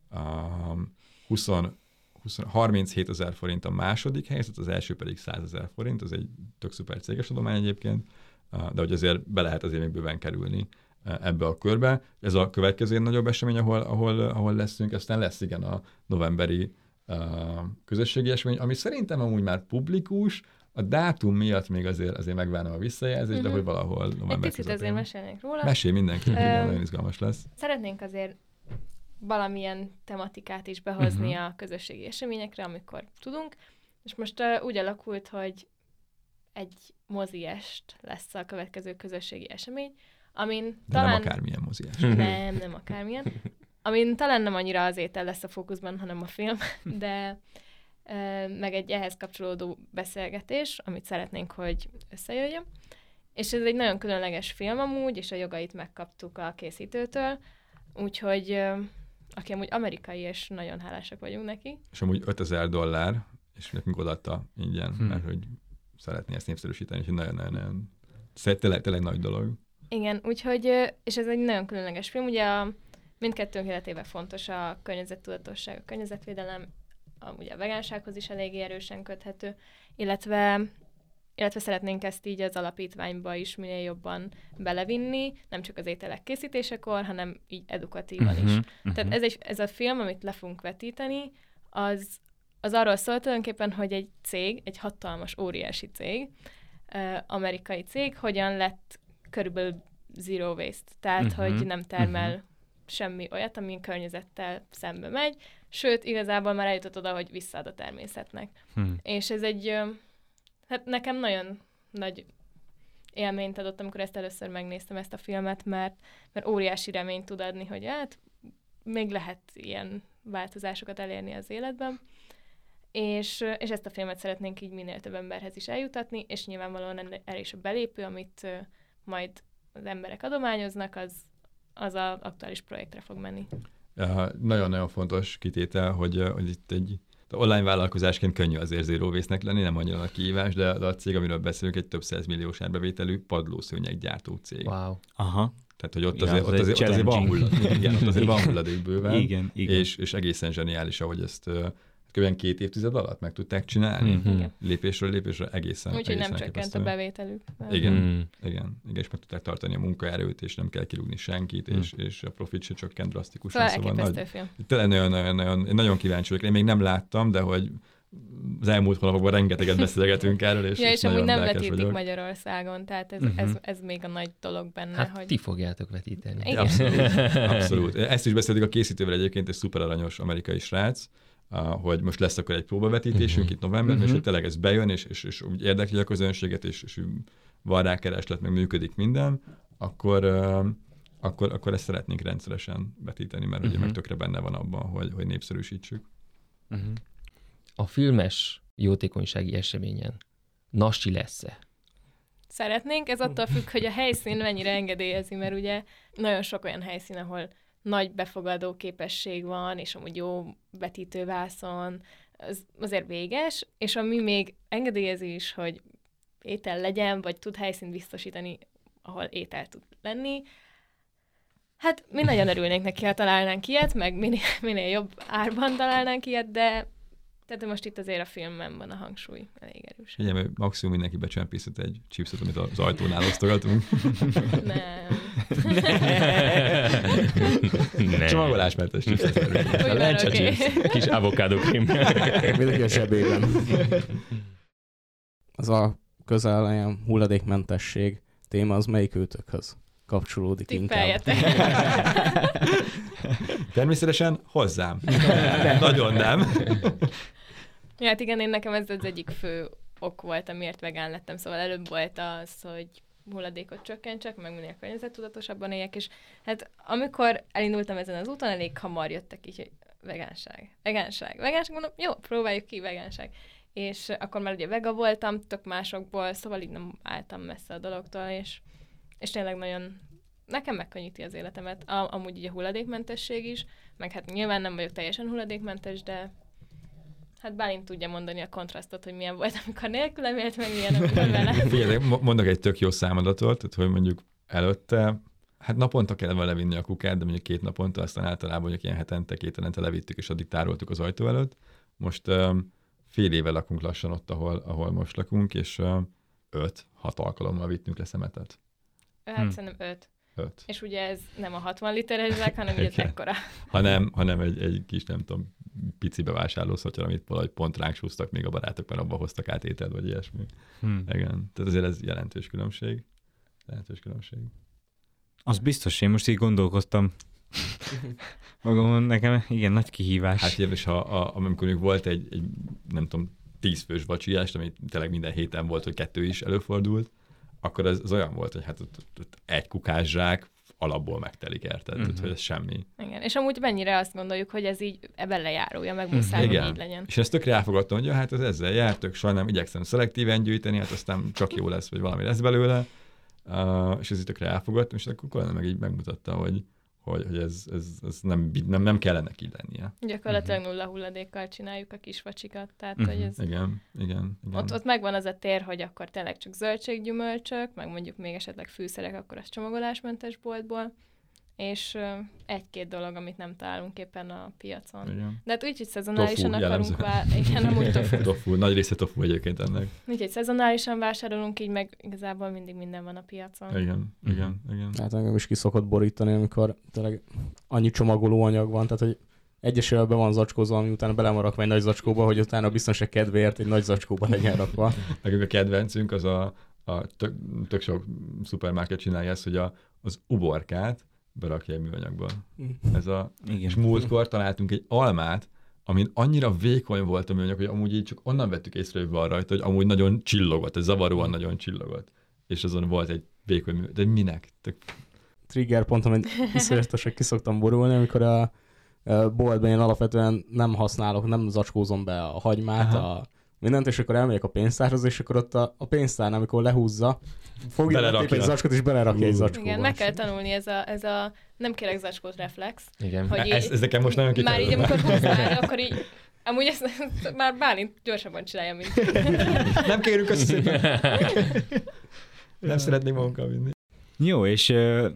37 000 forint a második helyzet, az első pedig 100 000 forint, az egy tök szuper céges adomány egyébként, de hogy azért be lehet azért még bőven kerülni ebbe a körbe. Ez a következő nagyobb esemény, ahol leszünk, aztán lesz igen a novemberi közösségi esemény, ami szerintem amúgy már publikus, a dátum miatt még azért megvárom a visszajelzést, de hogy valahol november egy picit azért mesélnék róla. Mesélj mindenki, igen, nagyon izgalmas lesz. Szeretnénk azért valamilyen tematikát is behozni a közösségi eseményekre, amikor tudunk, és most úgy alakult, hogy egy moziest lesz a következő közösségi esemény, amin de talán... nem akármilyen moziest. Nem akármilyen. Amin talán nem annyira az étel lesz a fókuszban, hanem a film, de meg egy ehhez kapcsolódó beszélgetés, amit szeretnénk, hogy összejöjjön. És ez egy nagyon különleges film amúgy, és a jogait megkaptuk a készítőtől, úgyhogy aki amúgy amerikai, és nagyon hálásak vagyunk neki. És amúgy $5000, és nekünk odaadta ingyen, mert hogy szeretné ezt népszerűsíteni, és nagyon-nagyon tényleg nagy dolog. Igen, úgyhogy, és ez egy nagyon különleges film, ugye mindkettőnk életében fontos a környezettudatosság, a környezetvédelem, amúgy a vegánsághoz is eléggé erősen köthető, illetve szeretnénk ezt így az alapítványba is minél jobban belevinni, nem csak az ételek készítésekor, hanem így edukatívan is. Tehát ez a film, amit le fogunk vetíteni, az arról szól tulajdonképpen, hogy egy cég, egy hatalmas, óriási cég, amerikai cég, hogyan lett körülbelül zero waste, tehát hogy nem termel semmi olyat, ami a környezettel szembe megy, sőt, igazából már eljutott oda, hogy visszaad a természetnek. És ez egy, hát nekem nagyon nagy élményt adott, amikor ezt először megnéztem, ezt a filmet, mert óriási reményt tud adni, hogy hát még lehet ilyen változásokat elérni az életben. És ezt a filmet szeretnénk így minél több emberhez is eljutatni, és nyilvánvalóan erre is a belépő, amit majd az emberek adományoznak, az aktuális projektre fog menni. Nagyon-nagyon fontos kitétel, hogy itt egy online vállalkozásként könnyű azért zero waste-nek lenni, nem annyira a kihívás, de a cég, amiről beszélünk, egy több 100 milliós árbevételű padlószőnyeggyártó cég. Wow. Aha. Tehát, hogy ott azért van hulladék. Igen, ott azért van hulladék bőven. Igen. És egészen zseniális, ahogy ezt kb. 2 évtized alatt meg tudták csinálni. Lépésről lépésre egészen. Úgyhogy nem csökkent a bevételük. Igen, és meg tudták tartani a munkaerőt, és nem kell kirúgni senkit, és a profit se csökkent drasztikusan. Szóval elképesztő film. Tényleg nagyon kíváncsi vagyok. Én még nem láttam, de hogy az elmúlt hónapokban rengeteget beszélgetünk erről, és amúgy nem vetítik Magyarországon, tehát ez még a nagy dolog benne. Hát hogy... ti fogjátok vetíteni. Abszolút. Ezt is beszéltük a készítővel egyébként, egy szuper aranyos amerikai srác, hogy most lesz akkor egy próbavetítésünk itt novemberben, és hogy tényleg ez bejön, és úgy érdekli a közönséget, és van rá kereslet, meg működik minden, akkor ezt szeretnénk rendszeresen vetíteni, mert ugye meg tökre benne van abban, hogy népszerűsítsük. A filmes jótékonysági eseményen nasi lesz-e? Szeretnénk, ez attól függ, hogy a helyszín mennyire engedélyezi, mert ugye nagyon sok olyan helyszín, ahol nagy befogadó képesség van, és amúgy jó vetítővászon, az azért véges, és ami még engedélyezi is, hogy étel legyen, vagy tud helyszínt biztosítani, ahol étel tud lenni. Hát mi nagyon örülnénk neki, ha találnánk ilyet, meg minél jobb árban találnánk ilyet, de tehát most itt azért a filmben van a hangsúly elég erős. Igen, maximum mindenki becsempészett egy chipset, amit az ajtónál osztogatunk. Nem. Csomagolásmentes chipset. A lencse chips, kis avokádó krém. Mindenki a zsebében. Az a közel ilyen hulladékmentesség téma, az melyik őtökhöz kapcsolódik inkább? Természetesen hozzám. Nagyon nem. Ja, hát igen, nekem ez az egyik fő ok volt, amiért vegán lettem, szóval előbb volt az, hogy hulladékot csökkentsek, meg minél környezettudatosabban éljek, és hát amikor elindultam ezen az úton, elég hamar jöttek így, hogy vegánság, mondom, jó, próbáljuk ki, vegánság. És akkor már ugye vega voltam, tök másokból, szóval így nem álltam messze a dologtól, és tényleg nagyon, nekem megkönnyíti az életemet. Amúgy ugye hulladékmentesség is, meg hát nyilván nem vagyok teljesen hulladékmentes, de hát Bálint tudja mondani a kontrasztot, hogy milyen volt, amikor nélkülem élt, meg milyen, amikor vele. Figyelj, mondok egy tök jó számadatot, tehát hogy mondjuk előtte, hát naponta kell vele vinni a kukát, de mondjuk 2 naponta, aztán általában mondjuk ilyen hetente levittük, és addig tároltuk az ajtó előtt. Most fél éve lakunk lassan ott, ahol most lakunk, és 5-6 alkalommal vittünk le szemetet. Hát szerintem 5. 5. És ugye ez nem a 60 literes zsák, hanem ugye Igen. ekkora. hanem egy kis, nem tudom, pici bevásárlószatyor, amit valahogy pont ránk súztak még a barátok, mert abba hoztak át ételt, vagy ilyesmi. Igen. Tehát azért ez jelentős különbség. Az biztos, én most így gondolkoztam. Magamon nekem igen, nagy kihívás. Hát és amikor még volt egy nem tudom, 10 fős vacsiást, ami tényleg minden héten volt, hogy 2 is előfordult, akkor az olyan volt, hogy hát ott egy kukás zsák alapból megtelik, érted? Uh-huh. Hogy ez semmi. Igen, és amúgy mennyire azt gondoljuk, hogy ez így ebben lejárója, meg muszáj, hogy így legyen. És ezt tökre elfogadtam, hogy hát ez ezzel jár, tök sajnálom, igyekszem szelektíven gyűjteni, hát aztán csak jó lesz, vagy valami lesz belőle. És ez így tökre elfogadtam, és akkor Colin meg így megmutatta, hogy ez nem kellene így lennie. Gyakorlatilag nulla hulladékkal csináljuk a kis vacsikat, tehát hogy ez... Igen. Ott megvan az a tér, hogy akkor tényleg csak zöldséggyümölcsök, meg mondjuk még esetleg fűszerek, akkor az csomagolásmentes boltból, és egy-két dolog, amit nem találunk éppen a piacon. Igen. De hát úgy, hogy szezonálisan tofu, akarunk igen, amúgy tofu, nagy része tofu egyébként ennek. Úgyhogy szezonálisan vásárolunk, így meg igazából mindig minden van a piacon. Igen. Hát engem is ki szokott borítani, amikor tényleg annyi csomagolóanyag van, tehát hogy egyesével be van zacskózva, ami utána bele van rakva egy nagy zacskóba, hogy utána a biztonság kedvéért egy nagy zacskóba legyen rakva. Nekünk a kedvencünk az tök sok szupermarket csinálja ezt, hogy az uborkát berakja egy műanyagba. Igen. És múltkor találtunk egy almát, amin annyira vékony volt a műanyag, hogy amúgy így csak onnan vettük észre, hogy van rajta, hogy amúgy nagyon csillogott, ez zavaróan nagyon csillogott. És azon volt egy vékony műanyag. De minek? Trigger pont, amit iszonyatosan ki szoktam borulni, amikor a boltban én alapvetően nem használok, nem zacskózom be a hagymát, mindent, és akkor elmegyek a pénztárhoz, és akkor ott a pénztárnál, amikor lehúzza, fogja egy zacskót, és belerakja egy zacskóba. Igen, meg kell tanulni ez a nem kérek zacskót reflex. Igen. Hogy ez nekem most nagyon már így, amikor húzzál, akkor így, amúgy ezt már Bálint gyorsabban csinálja, mint... Nem kérünk azt szépen. Nem szeretném magunkkal vinni. Jó, és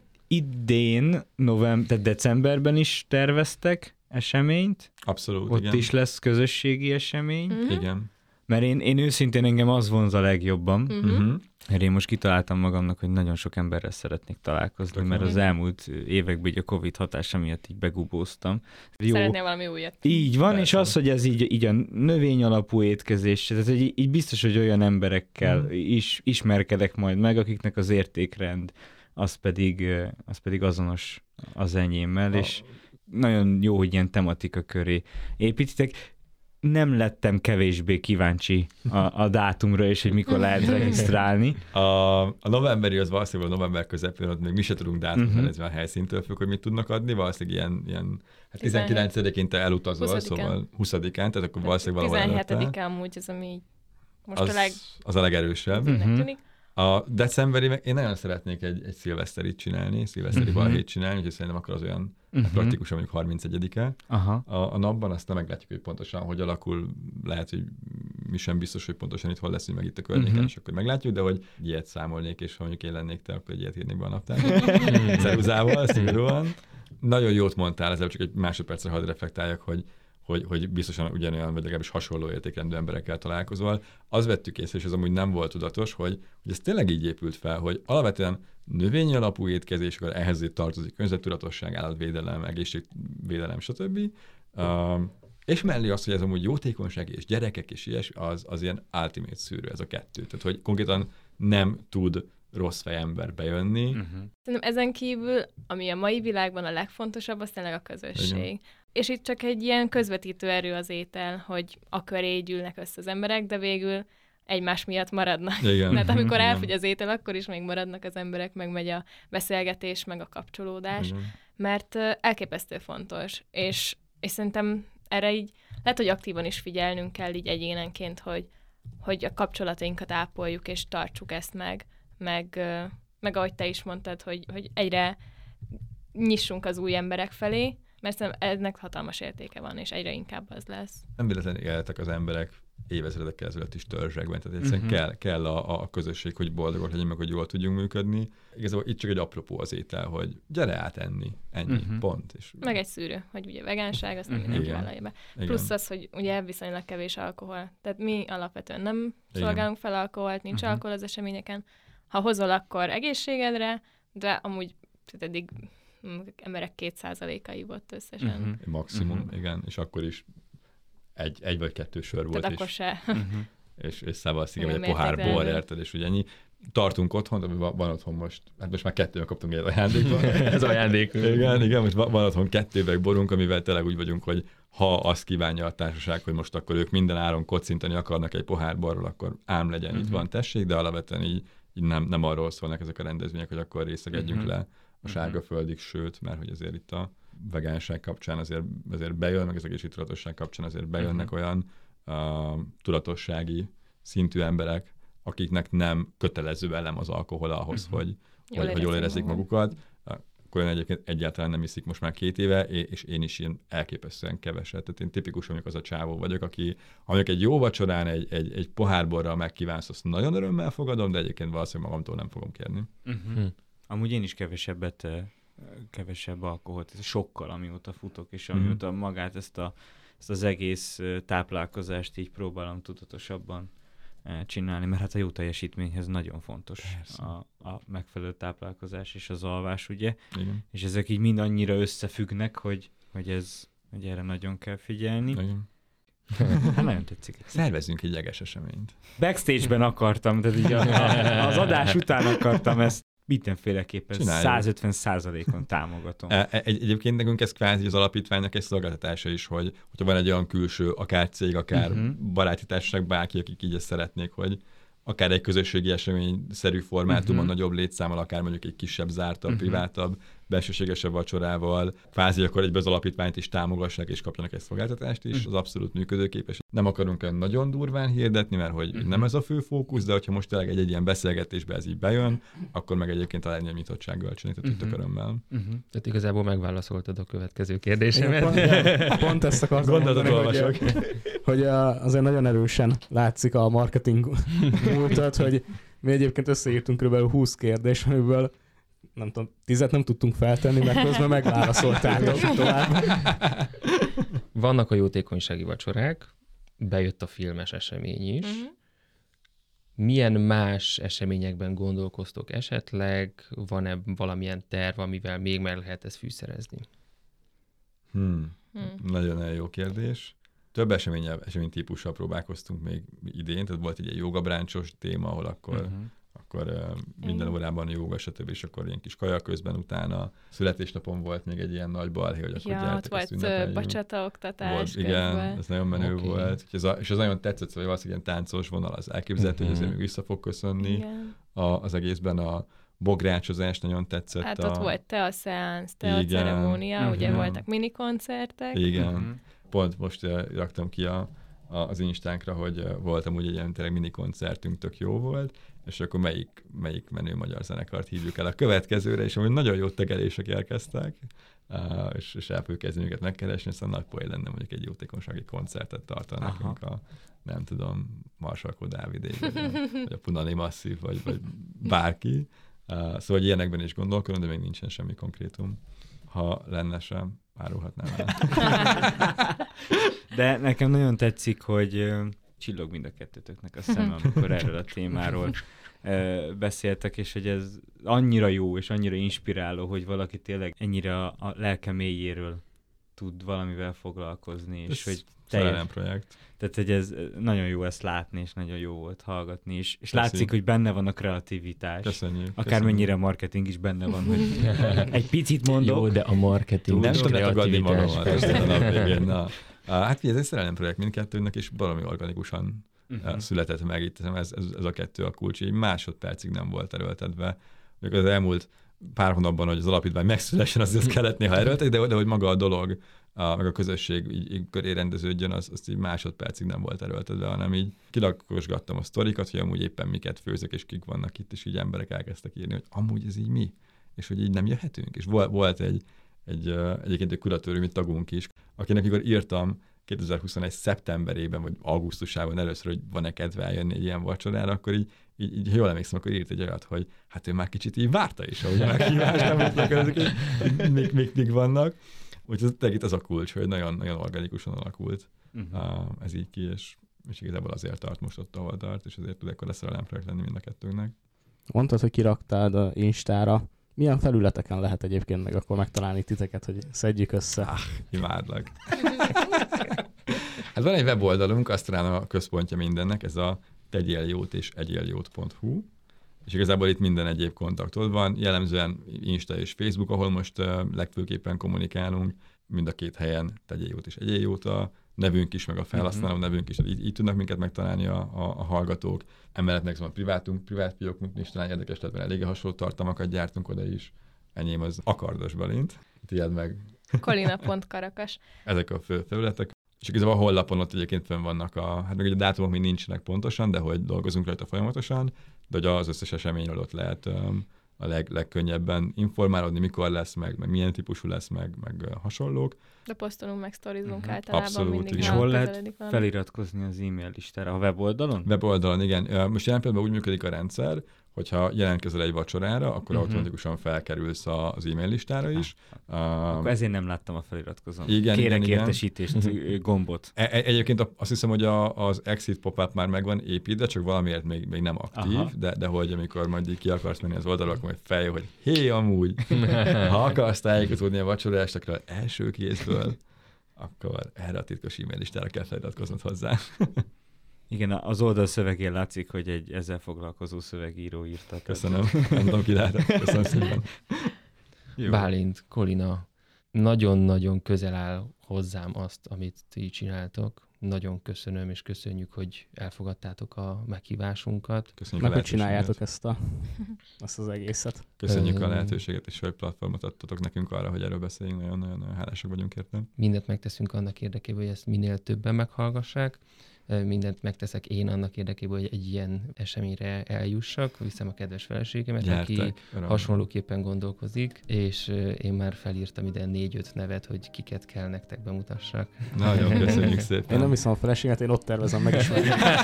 idén, tehát decemberben is terveztek eseményt. Abszolút, Ott igen. is lesz közösségi esemény. Igen. Mert én őszintén engem az vonz a legjobban. Mert én most kitaláltam magamnak, hogy nagyon sok emberrel szeretnék találkozni, mert az elmúlt években így a Covid hatása miatt így begubóztam. Szeretnél valami újat. Így van, persze. És az, hogy ez így a növény alapú étkezés, tehát így biztos, hogy olyan emberekkel is ismerkedek majd meg, akiknek az értékrend az pedig azonos az enyémmel, és nagyon jó, hogy ilyen tematika köré építitek. Nem lettem kevésbé kíváncsi a dátumra, és hogy mikor lehet regisztrálni. A novemberi az valószínűleg a november közepén, ott még mi se tudunk dátumot, ez a helyszíntől függ, hogy mit tudnak adni, valószínűleg ilyen hát 19-én te elutazol, 20-án. Szóval 20-án, tehát akkor valószínűleg valahol 17-én amúgy az, ami most az a legerősebb. Tűnik. A decemberi, én nagyon szeretnék egy szilveszterit csinálni, szilveszteri balhét csinálni, úgyhogy szerintem akkor az olyan praktikusan mondjuk 31-e. A napban aztán meglátjuk, hogy pontosan hogy alakul, lehet, hogy mi sem biztos, hogy pontosan itt hol leszünk meg itt a környéken, és akkor meglátjuk, de hogy ilyet számolnék, és ha mondjuk én lennék te, akkor egy ilyet írnék be a naptárba. Ceruzával, szigorúan. Nagyon jót mondtál, ezzel csak egy másodpercre hadd reflektáljak, hogy biztosan ugyanolyan, vagy legalábbis hasonló értékrendű emberekkel találkozol. Az vettük észre, és ez amúgy nem volt tudatos, hogy ez tényleg így épült fel, hogy alapvetően növényi alapú étkezés, akkor ehhez tartozik környezettudatosság, állatvédelem, egészségvédelem, stb. És mellé az, hogy ez amúgy jótékonyság és gyerekek és ilyes, az ilyen ultimate szűrő, ez a kettő. Tehát, hogy konkrétan nem tud rossz fejember bejönni. Szerintem ezen kívül, ami a mai világban a legfontosabb, az tényleg a közösség. Igen. És itt csak egy ilyen közvetítő erő az étel, hogy a köré gyűlnek össze az emberek, de végül egymás miatt maradnak. Igen. Mert amikor elfogy az étel, akkor is még maradnak az emberek, meg megy a beszélgetés, meg a kapcsolódás, mert elképesztő fontos. És szerintem erre így lehet, hogy aktívan is figyelnünk kell így egyénenként, hogy a kapcsolatainkat ápoljuk, és tartsuk ezt meg ahogy te is mondtad, hogy egyre nyissunk az új emberek felé, mert szerintem ennek hatalmas értéke van, és egyre inkább az lesz. Nem véletlenül éltek az emberek évezredekkel ezelőtt is törzsekben, tehát egyszerűen kell a közösség, hogy boldogok legyünk, meg hogy jól tudjunk működni. Igazából itt csak egy apropó az étel, hogy gyere át enni, ennyi, pont. És meg egy szűrő, hogy ugye vegánság, azt nem mindenki vállalja be. Plusz az, hogy ugye viszonylag kevés alkohol. Tehát mi alapvetően nem szolgálunk fel alkoholt, nincs alkohol az eseményeken. Ha hozol, akkor egészségedre, de amúgy Tehát eddig emberek 2%-a ivott összesen. Maximum, igen, és akkor is egy vagy kettő sör volt. Tehát akkor se. És szával szígem, Igen, egy pohár bor, mértéktelenül. érted, és ugye ennyi. Tartunk otthon, de van otthon most, hát most már 2 kaptunk egy ajándékban. Ez ajándék. Igen, most van otthon 2 üveg borunk, amivel tényleg úgy vagyunk, hogy ha azt kívánja a társaság, hogy most akkor ők minden áron kocintani akarnak egy pohár borról, akkor ám legyen, itt van, tessék, de alapvetően így nem arról szólnak ezek a rendezvények, hogy akkor részegedjünk le a sárgaföldig, sőt, mert hogy azért itt a vegánság kapcsán azért bejön, meg az egészségtudatosság kapcsán azért bejönnek olyan tudatossági szintű emberek, akiknek nem kötelező elem az alkohol ahhoz, hogy jól érezzék magukat. Akkor egyébként egyáltalán nem iszik most már 2 éve, és én is ilyen elképesztően keveset. Tehát én tipikusan mondjuk az a csávó vagyok, aki mondjuk egy jó vacsorán egy pohár borral megkívánsz, azt nagyon örömmel fogadom, de egyébként valószínűleg magamtól nem fogom kérni. Amúgy én is kevesebb alkoholt, sokkal, amióta futok, és amióta magát ezt az egész táplálkozást így próbálom tudatosabban csinálni, mert hát a jó teljesítményhez nagyon fontos a megfelelő táplálkozás és az alvás, ugye? Igen. És ezek így mind annyira összefüggnek, hogy erre nagyon kell figyelni. Igen. Hát nagyon tetszik. Szervezzünk egy jeges eseményt. Backstage-ben akartam, tehát így az adás után akartam ezt mindenféleképpen Csináljuk. 150%-on támogatom. Egyébként nekünk ez kvázi az alapítványnak egy szolgáltatása is, hogyha van egy olyan külső, akár cég, akár baráti társaság, bárki, akik így ezt szeretnék, hogy akár egy közösségi eseményszerű formátumon, nagyobb létszámmal, akár mondjuk egy kisebb, zártabb, privátabb, belsőségesebb vacsorával, kvázi akkor egyben az alapítványt is támogassák és kapjanak egy szolgáltatást is, az abszolút működőképes. Nem akarunk olyan nagyon durván hirdetni, mert hogy nem ez a fő fókusz, de hogyha most tényleg egy ilyen beszélgetésbe ez így bejön, akkor meg egyébként talán egy nyitottsággal csinálni, tehát tök örömmel. Tehát igazából megválaszoltad a következő kérdésemet. Pont ezt akartam mondani, hogy azért nagyon erősen látszik a marketing múltat, hogy mi egyébként összeírtunk kb. 20 kérdés, amiből nem tudom, 10 nem tudtunk feltenni, mert közben megválaszoltátok tovább. Vannak a jótékonysági vacsorák, bejött a filmes esemény is. Milyen más eseményekben gondolkoztok esetleg? Van-e valamilyen terv, amivel még meg lehet ezt fűszerezni? Nagyon jó kérdés. Több eseménytípussal próbálkoztunk még idén, tehát volt egy ilyen jogabráncsos téma, ahol akkor minden órában jóga, stb. És akkor ilyen kis kaja közben utána. Születésnapon volt még egy ilyen nagy balhé, hogy akkor gyertek, ezt ünnepeljünk. Volt bacsataoktatás közben. Igen, ez nagyon menő volt. És ez nagyon tetszett, hogy valószínűleg ilyen táncos vonal az elképzelhető, hogy azért még vissza fog köszönni az egészben a bográcsozás nagyon tetszett. Hát ott volt teaszeánsz, teaceremónia, ugye voltak minikoncertek. Igen. Pont most raktam ki az Instánkra, hogy voltam úgy egy ilyen tényleg mini koncertünk, tök jó volt, és akkor melyik menő magyar zenekart hívjuk el a következőre, és amúgy nagyon jó tegelések érkeztek, és el fogjuk kezdeni őket megkeresni, aztán nagy poén lenne mondjuk egy jótékonysági koncertet tartani nekünk a, nem tudom, Marsalkó Dávidé, vagy a Punani Masszív, vagy bárki. Szóval hogy ilyenekben is gondolkodom, de még nincsen semmi konkrétum. Ha lenne sem, árulhatnám el. De nekem nagyon tetszik, hogy csillog mind a kettőtöknek a szem, amikor erről a témáról beszéltek, és hogy ez annyira jó és annyira inspiráló, hogy valaki tényleg ennyire a lelke mélyéről tud valamivel foglalkozni, és hogy szerelem projekt. Tehát, hogy ez nagyon jó ezt látni, és nagyon jó volt hallgatni, és látszik, hogy benne van a kreativitás. Köszönjük. Akármennyire marketing is benne van, hogy egy picit mondok. Jó, de a marketing nem tudom tagadni magamat. Hát ez egy szerelem projekt mindkettőnek, és valami organikusan született meg itt. Ez a kettő a kulcs. Egy másodpercig nem volt erőltetve. Még az elmúlt pár hónapban, hogy az alapítvány megszülessen, azért kellett néha erőltetni, de hogy maga a dolog, meg a közösség így köré rendeződjön, azt így másodpercig nem volt erőltetve, hanem így kilakosgattam a sztorikat, hogy amúgy éppen miket főzök, és kik vannak itt, és így emberek elkezdtek írni, hogy amúgy ez így mi? És hogy így nem jöhetünk. És volt egyébként egy kuratóriumi tagunk is, akinek mikor írtam 2021. szeptemberében, vagy augusztusában először, hogy van-e kedve eljönni egy ilyen vacsorára, akkor így jól emlékszem, akkor írt egy olyat, hogy hát ő már kicsit így várta is, ahogy a meghívást, nem ezek még vannak. Úgyhogy itt az a kulcs, hogy nagyon, nagyon organikusan alakult ez így ki, és igazából azért tart most ott, ahol tart, és azért tud ekkor szerelem projekt lenni mind a kettőnknek. Mondtad, hogy kiraktád a Instára. Milyen felületeken lehet egyébként meg akkor megtalálni titeket, hogy szedjük össze? Imádlak. Hát van egy weboldalunk, azt talán a központja mindennek, ez a tegyéljót és egyéljót.hu, és igazából itt minden egyéb kontaktod van, jellemzően Insta és Facebook, ahol most legfőképpen kommunikálunk, mind a két helyen tegyéljót és egyéljót a nevünk is, meg a felhasználó nevünk is, így tudnak minket megtalálni a hallgatók. Emellett meg a privát fiókunk is talán érdekes, tehát eléggé hasonló tartalmakat gyártunk oda is. Enyém az Akardos Balint, tiéd meg Kolina.karakas. Ezek a fő felületek. És igazából a honlapon ott egyébként fenn vannak hát meg ugye a dátumok még nincsenek pontosan, de hogy dolgozunk rajta folyamatosan, de hogy az összes eseményről ott lehet a legkönnyebben informálódni, mikor lesz, meg milyen típusú lesz, meg hasonlók. De posztolunk, meg sztorizunk általában Abszolút, mindig. igen. És ha hol közeledik lehet valami. feliratkozni az e-mail listára? A weboldalon? Weboldalon, igen. Most jelen pillanatban úgy működik a rendszer, hogyha jelentkezel egy vacsorára, akkor automatikusan felkerülsz az e-mail listára is. Akkor ezért nem láttam a feliratkozón. Igen, Kérek igen. értesítést, gombot. Egyébként azt hiszem, hogy az exit pop-up már megvan építve, csak valamiért még nem aktív, de hogy amikor majd így ki akarsz menni az oldalra, akkor majd feljön, hogy hé, amúgy, ha akarsz tájékozódni a vacsorástakra első kézből, akkor erre a titkos e-mail listára kell feliratkoznod hozzá. Igen, az oldal szövegén látszik, hogy egy ezzel foglalkozó szövegíró írta. Köszönöm, nem tudom ki lehet. Köszönöm szépen. Jó. Bálint, Kolina, nagyon-nagyon közel áll hozzám azt, amit ti csináltok. Nagyon köszönöm, és köszönjük, hogy elfogadtátok a meghívásunkat. Köszönjük Meg a hogy csináljátok lehetőséget. ezt az egészet. Köszönjük a lehetőséget, és hogy platformot adtatok nekünk arra, hogy erről beszéljünk. Nagyon-nagyon hálásak vagyunk érte. Mindent megteszünk annak érdekében, hogy ezt minél többen meghallgassák. Mindent megteszek én annak érdekében, hogy egy ilyen eseményre eljussak. Viszem a kedves feleségemet, aki hasonlóképpen gondolkozik, és én már felírtam ide 4-5 nevet, hogy kiket kell nektek bemutassak. Nagyon köszönjük szépen. Én nem hiszem a feleséget, én ott tervezem megismerni.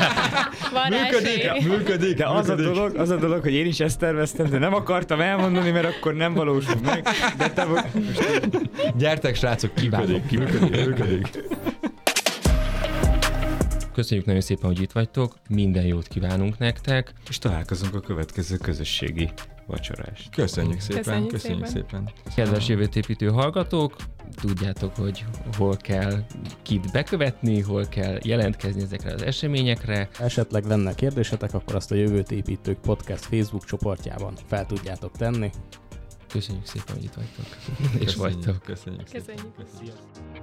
Van Működik, de az a dolog, hogy én is ezt terveztem, de nem akartam elmondani, mert akkor nem valósul meg. De te Gyertek, srácok, kívánok. Működik. Köszönjük nagyon szépen, hogy itt vagytok, minden jót kívánunk nektek. És találkozunk a következő közösségi vacsorás. Köszönjük szépen. Köszönjük szépen. Kedves jövőtépítő hallgatók, tudjátok, hogy hol kell kit bekövetni, hol kell jelentkezni ezekre az eseményekre. Esetleg lenne kérdésetek, akkor azt a Jövőt építők podcast Facebook csoportjában fel tudjátok tenni. Köszönjük szépen, hogy itt vagytok. És vagytok. Köszönjük szépen. Köszönjük.